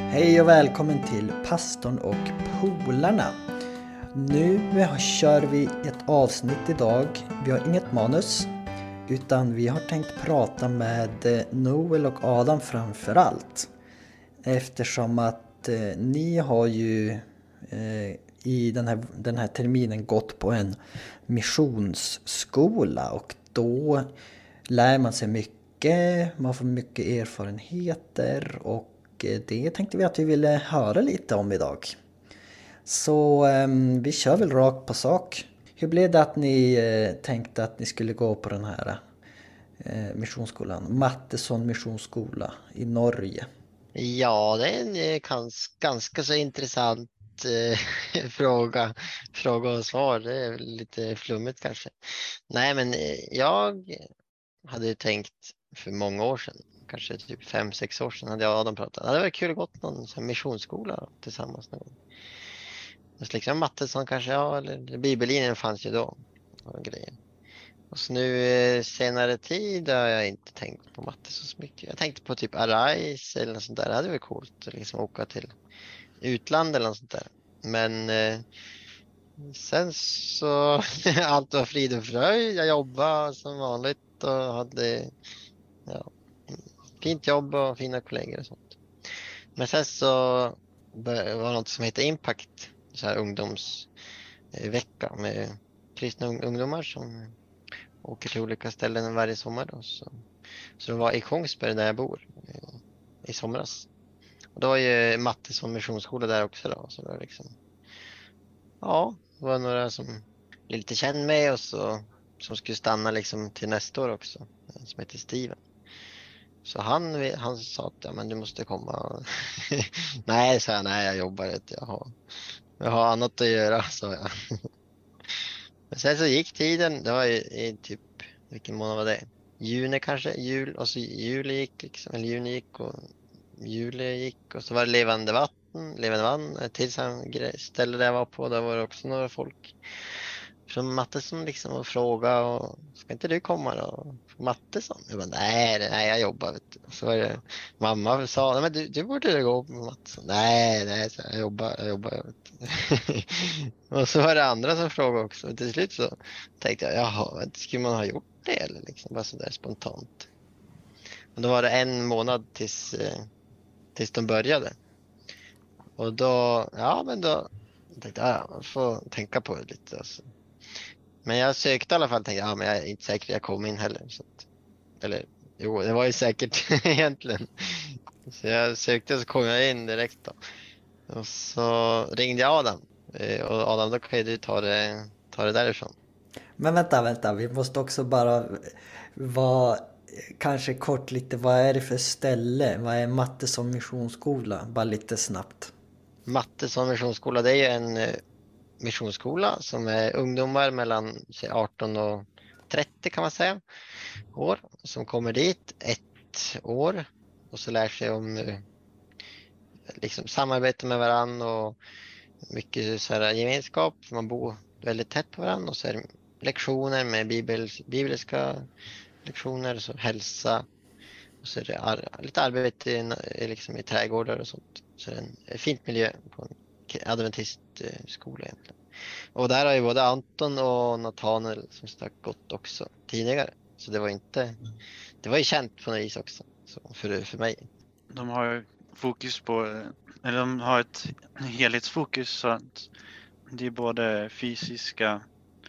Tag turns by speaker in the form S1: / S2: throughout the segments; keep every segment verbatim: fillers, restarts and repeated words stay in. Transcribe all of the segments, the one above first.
S1: Hej och välkommen till Pastorn och polarna. Nu kör vi ett avsnitt idag. Vi har inget manus utan vi har tänkt prata med Noel och Adam framför allt. Eftersom att eh, ni har ju eh, i den här, den här terminen gått på en missionsskola och då lär man sig mycket, man får mycket erfarenheter och det tänkte vi att vi ville höra lite om idag. Så eh, vi kör väl rakt på sak. Hur blev det att ni eh, tänkte att ni skulle gå på den här eh, missionsskolan? Mattesson missionsskola i Norge.
S2: Ja, det är en eh, gans, ganska så intressant eh, fråga, fråga och svar. Det är väl lite flummigt kanske. Nej, men eh, jag hade ju tänkt för många år sedan, kanske typ fem, sex år sedan hade jag och Adam pratat. Det hade varit kul att gå till någon sån här missionsskola tillsammans någon gång. Fast liksom Mattesson kanske, ja, eller bibellinjen fanns ju då. Och grejer. Och så nu eh, senare tid har jag inte tänkt på matte så mycket. Jag tänkte på typ Arise eller något sånt där. Det hade varit coolt att liksom åka till utlandet eller något sånt där. Men eh, sen så allt var frid och fröjd. Jag jobbade som vanligt och hade ja, fint jobb och fina kollegor och sånt. Men sen så bör- var det något som heter Impact, så här ungdomsvecka med kristna ung- ungdomar som åker till olika ställen varje sommar. Då, så. så det var i Kongsberg där jag bor eh, i somras. Och då var ju matte som missionsskola där också. Då, så det var liksom, ja, det var några som blev lite känd med och så, som skulle stanna liksom till nästa år också. En som heter Steven. Så han, han sa att ja, men du måste komma. Nej, sa jag, nej jag jobbar inte. Jag har, jag har annat att göra, sa jag. Men sen så gick tiden, det var i, i typ, vilken månad var det? Juni kanske, jul, och så juli gick liksom, eller juni gick och juli gick och så var det Levande vatten, Levande vann, ett till ställe där jag var på, där var det också några folk från Mattesson liksom och fråga och ska inte du komma då? Mattesson? Jag bara, nej, nej jag jobbar vet du. Så var det mamma sa, nej, men du, du borde gå på Mattesson. Nej, nej, så jag jobbar, jag jobbar. Jag vet du. Och så var det andra som frågade också. Och till slut så tänkte jag, jaha, skulle man ha gjort det eller liksom bara sådär spontant. Och då var det en månad tills, eh, tills de började. Och då, ja men då tänkte jag, ja, man får tänka på det lite. Alltså. Men jag sökte i alla fall och tänkte, ja men jag är inte säker jag kom in heller. Så att, eller jo, det var ju säkert egentligen. Så jag sökte och så kom jag in direkt då. Och så ringde jag Adam. Eh, Och Adam, då kan ju du ta det, ta det därifrån.
S1: Men vänta, vänta, vi måste också bara vara kanske kort lite, vad är det för ställe? Vad är Mattesson missionsskola? Bara lite snabbt.
S2: Matte som missionsskola, det är ju en eh, missionsskola som är ungdomar mellan säg, arton och trettio kan man säga, år, som kommer dit ett år och så lär sig om eh, liksom samarbete med varann och mycket så här gemenskap, för man bor väldigt tätt på varann och så är det lektioner med bibel, bibliska lektioner, så hälsa och så är det ar lite arbete i, i liksom i trädgårdar och sånt. Så det är en ett fint miljö på en adventistskola egentligen. Och där har ju både Anton och Nathanael som sagt gått också tidigare. Så det var inte, det var ju känt på något vis också så för, för mig.
S3: De har ju fokus på, eller de har ett helhetsfokus så att det är både fysiska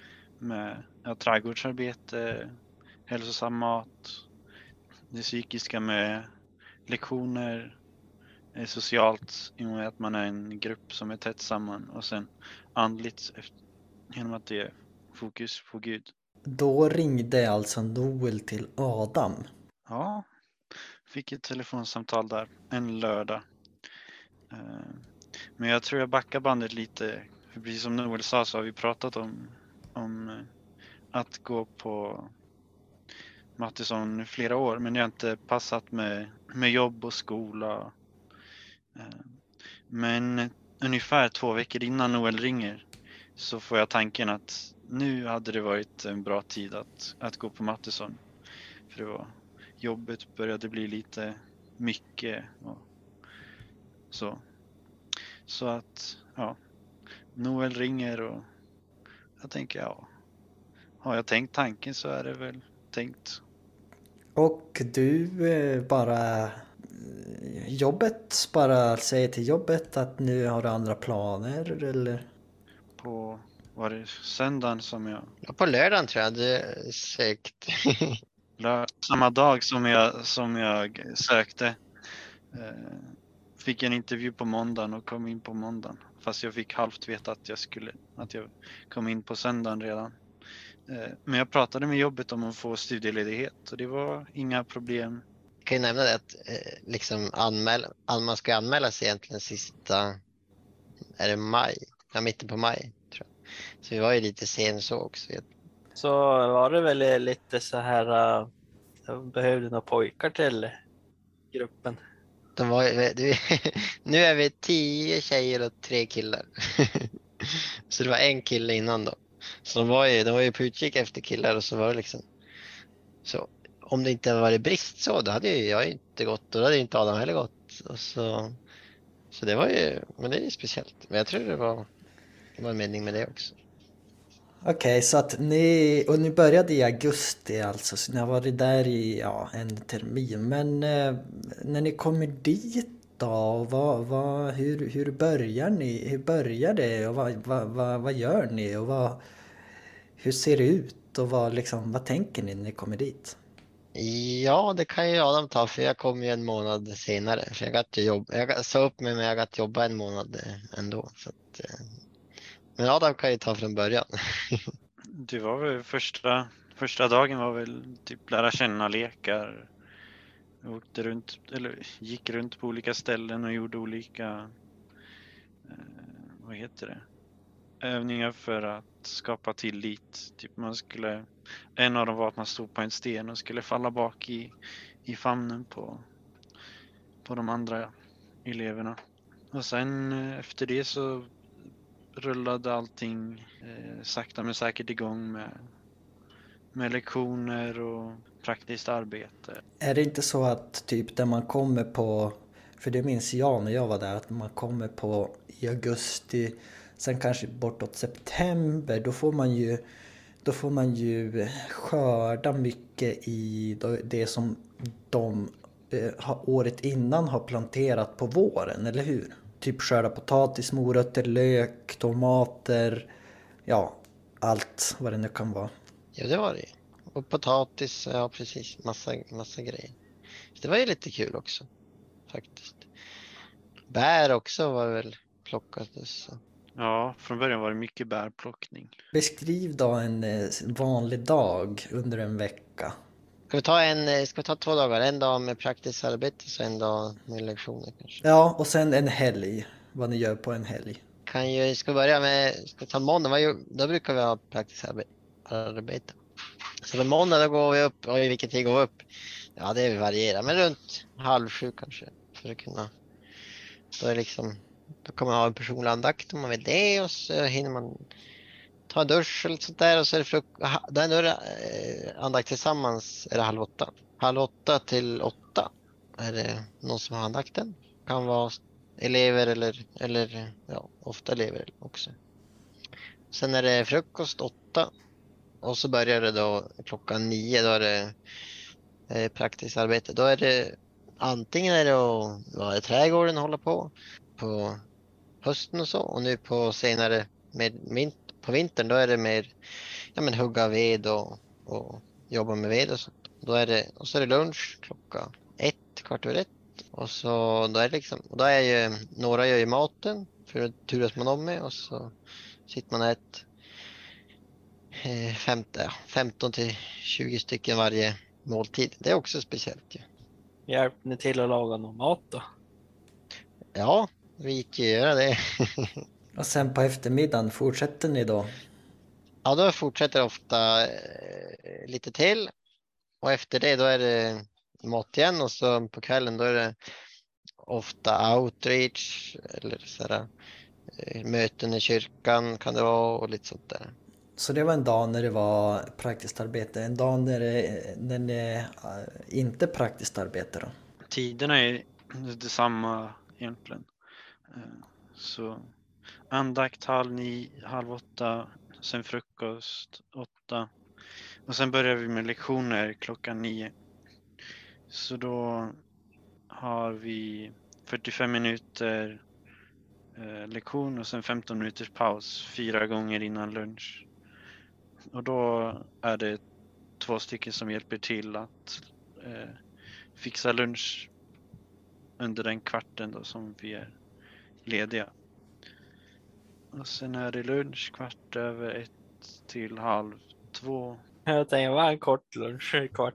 S3: med ja, trädgårdsarbete, hälsosam mat, det psykiska med lektioner, eh, socialt i och med att man är en grupp som är tätt samman och sen andligt efter, genom att det är fokus på Gud.
S1: Då ringde alltså Noel till Adam.
S3: Ja, fick ett telefonsamtal där en lördag. Eh, Men jag tror jag backar bandet lite. För precis som Noel sa så har vi pratat om, om eh, att gå på Mattesson i flera år. Men jag har inte passat med, med jobb och skola. Eh, Men ungefär två veckor innan Noel ringer så får jag tanken att nu hade det varit en bra tid att, att gå på Mattesson. För det var, jobbet började bli lite mycket. Och Så. Så att, ja. Noel ringer och jag tänker, ja. Har jag tänkt tanken så är det väl tänkt.
S1: Och du eh, bara... eh, Jobbet, bara säger till jobbet att nu har du andra planer eller?
S3: På, var det söndagen som jag,
S2: Ja, på lördagen tror jag, det är säkert.
S3: lö- samma dag som jag, som jag sökte. Eh, fick en intervju på måndagen och kom in på måndagen. Fast jag fick halvt veta att jag skulle, att jag kom in på söndagen redan. Eh, men jag pratade med jobbet om att få studieledighet och det var inga problem.
S2: Jag kan ju nämna det att eh, liksom anmäl, an, man ska anmäla sig egentligen sista, är det maj? Ja, mitten på maj tror jag. Så vi var ju lite sen så också.
S4: Så var det väl lite så här, uh, jag behövde några pojkar till gruppen.
S2: De var, ju- det- nu är vi tio tjejer och tre killar. Så det var en kille innan då. Så de var ju, de var ju på utkik efter killar och så var det liksom. Så om det inte hade varit brist så, då hade ju jag inte gått och då hade ju inte Adam heller gått. Och så, så det var ju, men det är ju speciellt. Men jag tror det var, det var en mening med det också.
S1: Okej, så att ni, och ni började i augusti alltså, så ni har varit där i ja, en termin. Men eh, när ni kommer dit då, vad, vad, hur, hur börjar ni? Hur börjar det och vad, vad, vad, vad gör ni och vad, hur ser det ut och vad, liksom, vad tänker ni när ni kommer dit?
S2: Ja, det kan ju Adam ta för jag kom ju en månad senare. För jag gatt ju jobb, jag sa upp mig men jag gatt jobba en månad eh, ändå. Så att, eh, men Adam kan ju ta från början.
S3: Det var väl första, första dagen var väl typ lära känna lekar. Jag åkte runt, eller gick runt på olika ställen och gjorde olika, eh, vad heter det? Övningar för att skapa tillit. Typ man skulle, en av dem var att man stod på en sten och skulle falla bak i, i famnen på, på de andra eleverna. Och sen eh, efter det så rullade allting eh, sakta men säkert igång med, med lektioner och praktiskt arbete.
S1: Är det inte så att typ där man kommer på, för det minns jag när jag var där, att man kommer på i augusti, sen kanske bortåt september, då får man ju, då får man ju skörda mycket i det som de eh, har- året innan har planterat på våren, eller hur? Typ skörda potatis, morötter, lök, tomater, ja, allt vad det nu kan vara.
S2: Ja, det var det ju. Och potatis, ja precis, massa, massa grejer. Så det var ju lite kul också, faktiskt. Bär också var väl plockades. Så.
S3: Ja, från början var det mycket bärplockning.
S1: Beskriv då en eh, vanlig dag under en vecka.
S2: Ska vi ta en, eh, ska vi ta två dagar? En dag med praktiskt arbete och en dag med lektioner kanske.
S1: Ja, och sen en helg. Vad ni gör på en helg.
S2: Kan ju, ska vi börja med, ska vi ta måndag, vad gör- då brukar vi ha praktiskt arbe- arbete. Så på måndag då går vi upp, och i vilken tid går vi upp? Ja, det varierar, men runt halv sju kanske. För att kunna, då är liksom, då kan man ha en personlig andakt om man vill det och så hinner man ta en dusch eller sånt där och så är det frukost. Då är det eh, andakt tillsammans är det halv åtta. Halv åtta till åtta är det någon som har andakten. Kan vara elever eller, eller ja, ofta elever också. Sen är det frukost åtta och så börjar det då klockan nio, då är det eh, praktiskt arbete. Då är det antingen är det att vara i trädgården och hålla på på hösten och så, och nu på senare med vint, på vintern då är det mer ja, men hugga ved och, och jobba med ved och så. Då är det, och så är det lunch klockan ett, kvart över ett. Och så då är det liksom, och då är ju, några gör ju maten för att turas man om med och så sitter man och äter eh, femton, ja, femton till tjugo stycken varje måltid. Det är också speciellt ju.
S4: Hjälpte ni till att laga någon mat då?
S2: Ja, vi gick ju göra det.
S1: Och sen på eftermiddagen fortsätter ni då.
S2: Ja, då fortsätter ofta eh, lite till. Och efter det då är det mat igen och så på kvällen då är det ofta outreach eller sådär, eh, möten i kyrkan kan det vara och lite sånt där.
S1: Så det var en dag när det var praktiskt arbete. En dag när det, när det äh, inte praktiskt arbete då.
S3: Tiderna är detsamma egentligen. Eh, Så andakt halv nio, halv åtta, sen frukost åtta. Och sen börjar vi med lektioner klockan nio. Så då har vi fyrtiofem minuter eh, lektion och sen femton minuters paus fyra gånger innan lunch. Och då är det två stycken som hjälper till att eh, fixa lunch under den kvarten då som vi är lediga. Och sen är det lunch kvart över ett till halv två.
S4: Jag tänker, vad är en kort lunch? En kvart.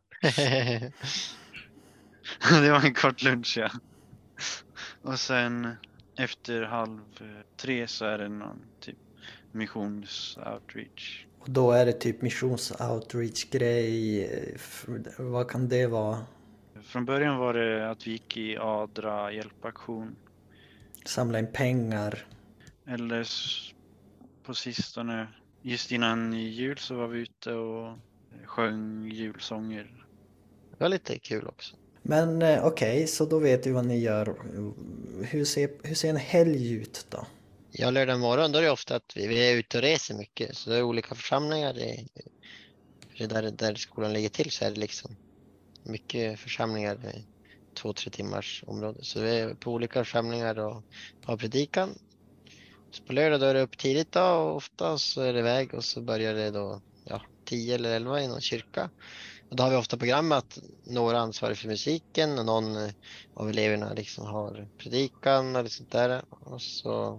S3: Det var en kort lunch, ja. Och sen efter halv tre så är det någon typ missions-outreach.
S1: Och då är det typ missions-outreach-grej. F- Vad kan det vara?
S3: Från början var det att vi gick i Adra hjälpaktion.
S1: Samla in pengar.
S3: Eller s- på sistone, just innan jul så var vi ute och sjöng julsånger.
S2: Det var lite kul också.
S1: Men eh, okej, så då vet vi vad ni gör. Hur ser, hur ser en helg ut då?
S2: Ja, lördag morgon då är det ofta att vi, vi är ute och reser mycket. Så det är olika församlingar. Det, det där, där skolan ligger till så är det liksom mycket församlingar. Det är två, tre timmars område. Så vi är på olika församlingar och har predikan. Så på lördag då är det upp tidigt då och ofta så är det iväg och så börjar det då ja, tio eller elva i någon kyrka. Och då har vi ofta program att några ansvarar för musiken och någon eh, av eleverna liksom har predikan eller sånt där. Och så,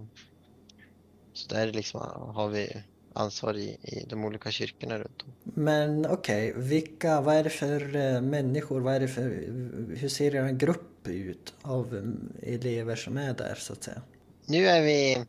S2: så där liksom har vi ansvar i, i de olika kyrkorna runt om.
S1: Men okej, vilka, vad är det för eh, människor, vad är det för, hur ser er grupp ut av mm, elever som är där så att säga?
S2: Nu är vi,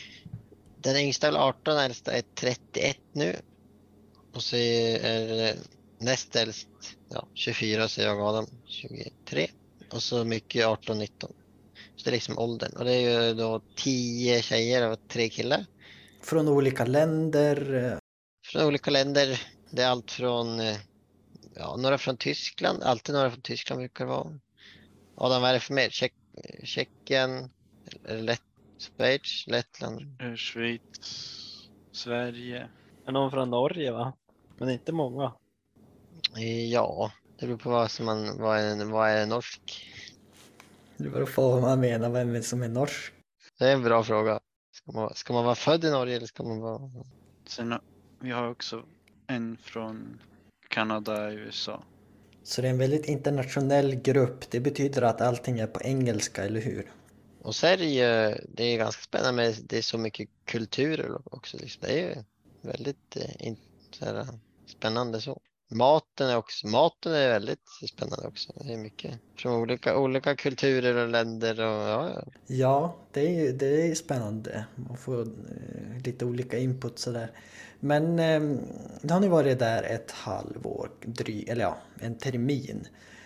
S2: den yngsta är väl arton, äldsta är trettioett nu. Och så är det näst äldst, ja, tjugofyra så är jag Adam, tjugotre. Och så mycket arton nitton. Så det är liksom åldern. Och det är ju då tio tjejer och tre killar.
S1: Från olika länder. eh,
S2: Från olika länder. Det är allt från, eh, ja, några från Tyskland. Alltid några från Tyskland brukar det vara. Adam, vad är det för mer? Tjeck, Tjeckien, eller Lett, Schweiz, Lettland.
S3: Eh, Schweiz, Sverige.
S4: Är någon från Norge, va? Men inte många.
S2: Eh, Ja, det beror på vad som man, vad är, vad är norsk?
S1: Det beror på vad man menar, vem är som är norsk.
S2: Det är en bra fråga. Ska man, ska man vara född i Norge eller ska man vara...
S3: Sen har- vi har också en från Kanada, U S A.
S1: Så det är en väldigt internationell grupp. Det betyder att allting är på engelska, eller hur?
S2: Och så är det ju, det är ganska spännande med, det är så mycket kulturer också. Liksom. Det är ju väldigt eh, in, så här, spännande så. Maten är också, maten är väldigt spännande också. Det är mycket från olika, olika kulturer och länder och ja, ja.
S1: Ja, det är ju det är ju spännande. Man får eh, lite olika input sådär. Men eh, då har ni varit där ett halvår, dry, eller ja, en termin.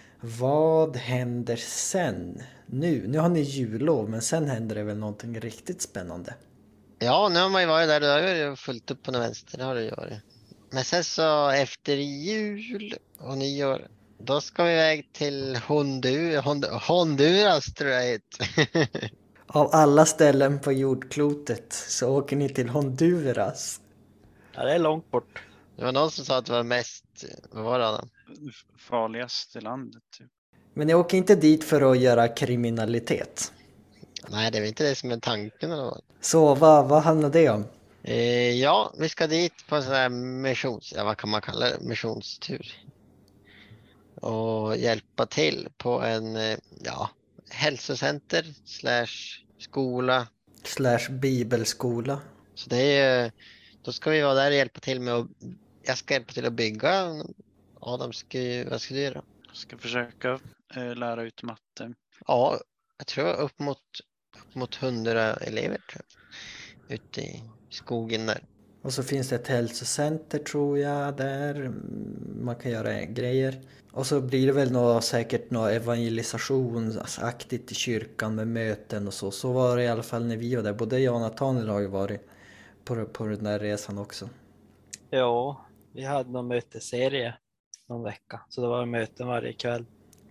S1: Vad händer sen? Nu, nu har ni jullov, men sen händer det väl någonting riktigt spännande.
S2: Ja, nu har man ju varit där, då har det ju fullt upp på den vänster, det har det ju varit. Men sen så efter jul och nyår, då ska vi iväg till Hondur, Hond, Honduras tror jag det heter.
S1: Av alla ställen på jordklotet så åker ni till Honduras.
S4: Ja, det är långt bort.
S2: Det var någon som sa att det var mest, vad var det Adam?
S3: F- Farligaste landet typ.
S1: Men ni åker inte dit för att göra kriminalitet.
S2: Nej, det är väl inte det som är tanken eller vad?
S1: Så vad, vad handlar det om?
S2: Eh, ja, vi ska dit på en sån här missions, ja vad kan man kalla det, missionstur. Och hjälpa till på en, eh, ja, hälsocenter slash skola.
S1: Slash bibelskola.
S2: Så det är, då ska vi vara där och hjälpa till med att, jag ska hjälpa till att bygga. Adam, ska, ju- vad ska du göra?
S3: Jag ska försöka eh, lära ut matte.
S2: Ja, jag tror upp mot, upp mot hundra elever tror jag, ute i skogen där.
S1: Och så finns det ett hälsocenter tror jag där. Mm, man kan göra grejer. Och så blir det väl nå, säkert något evangelisationsaktigt i kyrkan med möten och så. Så var det i alla fall när vi var där. Både jag och Nathaniel har ju varit på, på den där resan också.
S4: Ja, vi hade någon mötesserie någon vecka. Så det var möten varje kväll.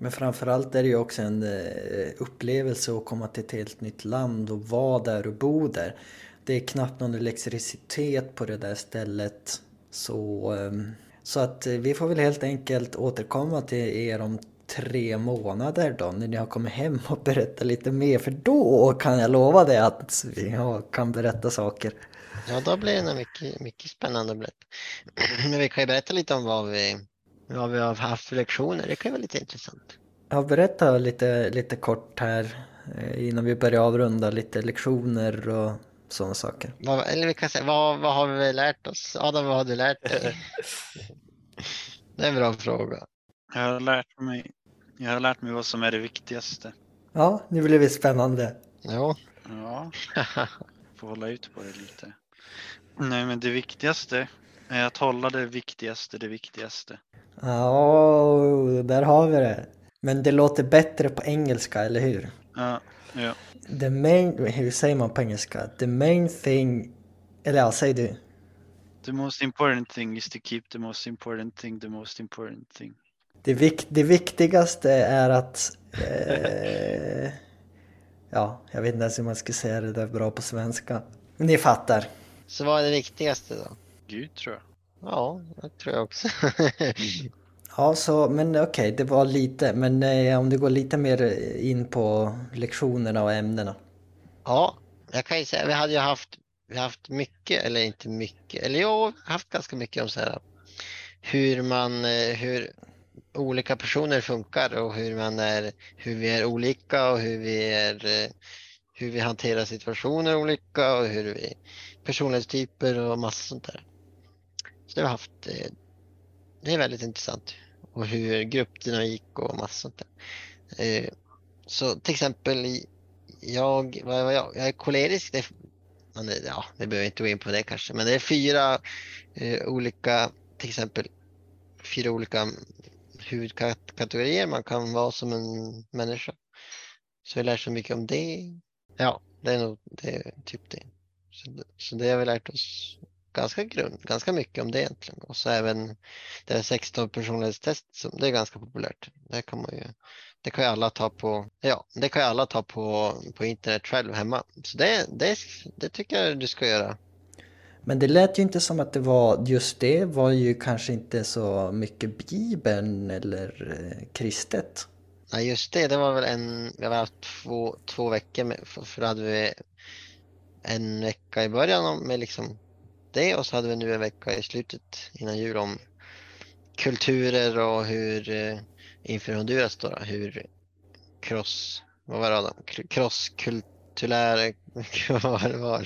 S1: Men framförallt är det ju också en eh, upplevelse att komma till ett helt nytt land och vara där och bo där. Det är knappt någon elektricitet på det där stället. Så, ehm, så att eh, vi får väl helt enkelt återkomma till er om tre månader då, när ni har kommit hem och berätta lite mer. För då kan jag lova dig att vi ja, kan berätta saker.
S2: Ja, då blir det nog mycket, mycket spännande att berätta. Men vi kan ju berätta lite om vad vi, vad vi har haft för lektioner. Det kan ju vara lite intressant.
S1: Jag berättar lite, lite kort här eh, innan vi börjar avrunda lite lektioner och sådana saker.
S2: Vad, eller vi kan säga, vad, vad har vi lärt oss? Adam, vad har du lärt dig? Det är en bra fråga.
S3: Jag har lärt mig, jag har lärt mig vad som är det viktigaste.
S1: Ja, nu blir det spännande.
S2: Jo.
S3: Ja, får hålla ut på det lite. Nej, men det viktigaste är att hålla det viktigaste det viktigaste.
S1: Ja, där har vi det. Men det låter bättre på engelska, eller hur?
S3: Ja, ja.
S1: The main, hur säger man på engelska? The main thing, eller ja, säg du.
S3: The most important thing is to keep the most important thing the most important thing.
S1: Det, vik, det viktigaste är att... Eh, ja, jag vet inte ens hur man ska säga det där bra på svenska. Men ni fattar.
S2: Så vad är det viktigaste då?
S3: Gud, tror jag.
S2: Ja, det tror jag också.
S1: Ja, så, men okej, okay, det var lite. Men eh, om du går lite mer in på lektionerna och ämnena.
S2: Ja, jag kan ju säga, vi hade ju haft, vi har haft mycket, eller inte mycket, eller jo, haft ganska mycket om så här, hur man, eh, hur olika personer funkar och hur man är, hur vi är olika och hur vi är, eh, hur vi hanterar situationer olika och hur vi, personlighetstyper och massa sånt där. Så det har haft, eh, det är väldigt intressant. Och hur gruppdynamik och massa sånt där. Eh, så till exempel, jag, vad var jag? Jag är kolerisk. Det, man, ja, det behöver inte gå in på det kanske. Men det är fyra eh, olika, till exempel, fyra olika hudkategorier man kan vara som en människa. Så vi lär så mycket om det. Ja, det är nog det är typ det. Så, så det har vi lärt oss ganska grund, ganska mycket om det egentligen. Och så även det är sexton personlighetstest, som det är ganska populärt. Det kan man ju, det kan ju alla ta på, ja, det kan ju alla ta på, på internet själv hemma. Så det, det, det tycker jag du ska göra.
S1: Men det lät ju inte som att det var, just det var ju kanske inte så mycket Bibeln eller eh, kristet.
S2: Nej, just det, det var väl en, vi har haft två, två veckor med, för, för då hade vi en vecka i början med liksom det, och så hade vi nu en vecka i slutet innan jul om kulturer och hur eh, inför Honduras då, hur cross, vad var det då? Crosskulturär, vad var det var?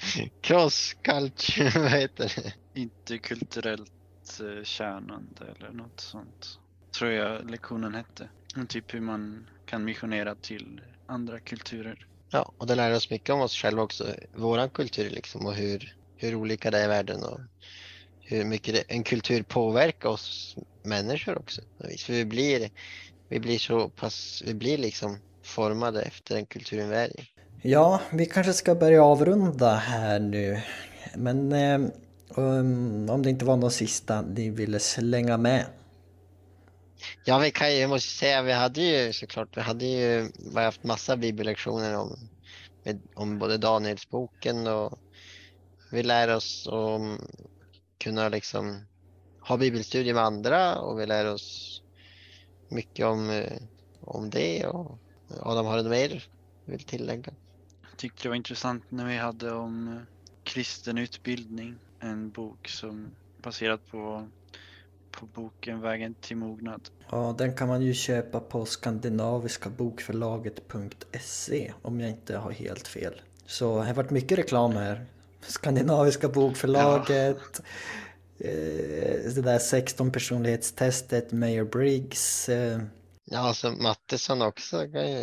S2: Crossculture, vad heter det?
S3: Interkulturellt eh, kärnande eller något sånt. Tror jag lektionen hette. Typ hur man kan missionera till andra kulturer.
S2: Ja, och det lär oss mycket om oss själva också, våran kultur liksom, och hur, hur olika det är i världen och hur mycket det, en kultur påverkar oss människor också. För vi blir, vi blir så pass, vi blir liksom formade efter den kulturen vi är i.
S1: Ja, vi kanske ska börja avrunda här nu. Men eh, um, om det inte var någon sista ni ville slänga med.
S2: Ja, vi kan ju, jag måste säga, vi hade ju såklart, vi hade ju vi har haft massa bibellektioner om, med, om både Danielsboken, och vi lär oss om kunna liksom ha bibelstudier med andra, och vi lär oss mycket om, om det. Och Adam, har du mer vill tillägga?
S3: Jag tyckte det var intressant när vi hade om kristen utbildning, en bok som baserad på på boken Vägen till mognad.
S1: Ja, den kan man ju köpa på skandinaviska bokförlaget punkt se om jag inte har helt fel. Så det har varit mycket reklam här. Skandinaviska bokförlaget, ja. eh, det där sexton personlighetstestet, Mayor Briggs. Eh.
S2: Ja, alltså Mattesson också.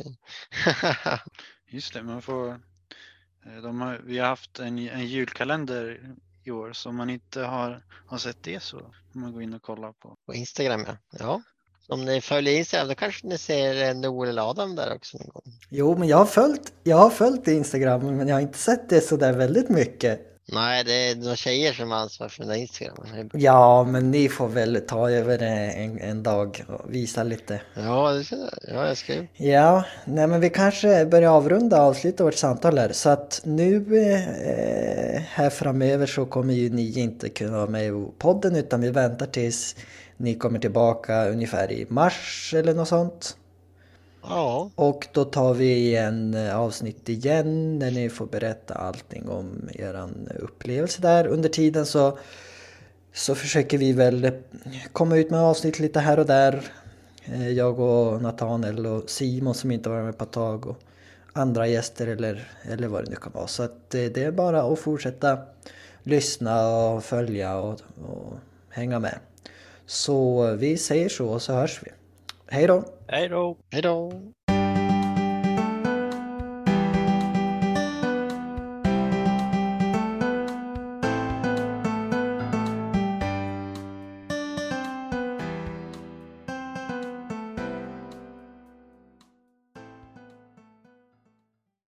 S3: Just det, man får... De har, vi har haft en, en julkalender i år, så om man inte har, har sett det så får man gå in och kolla på.
S2: På Instagram, ja. Ja. Om ni följer Instagram, då kanske ni ser Noel eller Adam där också någon gång.
S1: Jo, men jag har följt, jag har följt Instagram, men jag har inte sett det så där väldigt mycket.
S2: Nej, det är några tjejer som har ansvar för den där Instagram.
S1: Ja, men ni får väl ta över det en, en dag och visa lite.
S2: Ja, det ska, ja, jag ska ju.
S1: Ja, nej men vi kanske börjar avrunda och avsluta vårt samtal här. Så att nu eh, här framöver så kommer ju ni inte kunna vara med i podden, utan vi väntar tills ni kommer tillbaka ungefär i mars eller något sånt.
S2: Ja,
S1: Och då tar vi en avsnitt igen när ni får berätta allting om eran upplevelse där. Under tiden så, så försöker vi väl komma ut med avsnitt lite här och där. Eh, Jag och Nathanael och Simon som inte var med på ett tag och andra gäster eller, eller vad det nu kan vara. Så att eh, det är bara att fortsätta lyssna och följa och, och hänga med. Så vi säger så och så hörs vi. Hej då!
S4: Hej då!
S2: hej då.